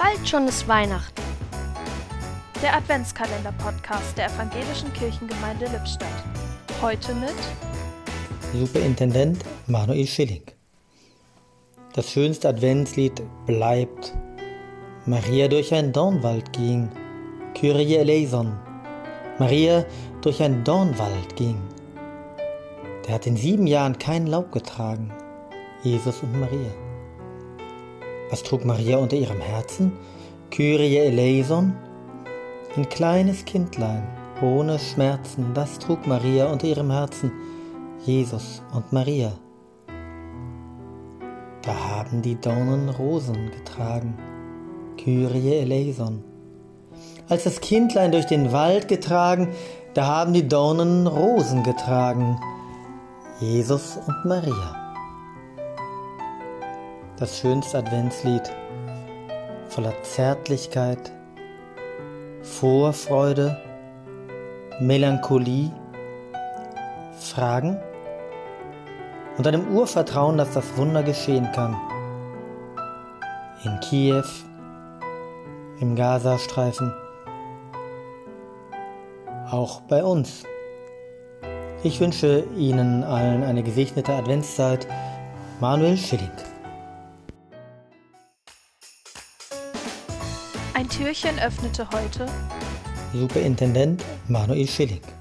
Bald schon ist Weihnachten. Der Adventskalender-Podcast der Evangelischen Kirchengemeinde Lippstadt. Heute mit Superintendent Manuel Schilling. Das schönste Adventslied bleibt Maria durch ein Dornwald ging, Kyrie eleison. Maria durch ein Dornwald ging. Der hat in 7 Jahren kein Laub getragen, Jesus und Maria. Was trug Maria unter ihrem Herzen? Kyrie eleison. Ein kleines Kindlein, ohne Schmerzen, das trug Maria unter ihrem Herzen, Jesus und Maria. Da haben die Dornen Rosen getragen, Kyrie eleison. Als das Kindlein durch den Wald getragen, da haben die Dornen Rosen getragen, Jesus und Maria. Das schönste Adventslied, voller Zärtlichkeit, Vorfreude, Melancholie, Fragen und einem Urvertrauen, dass das Wunder geschehen kann. In Kiew, im Gazastreifen, auch bei uns. Ich wünsche Ihnen allen eine gesegnete Adventszeit. Manuel Schilling. Ein Türchen öffnete heute Superintendent Manuel Schilling.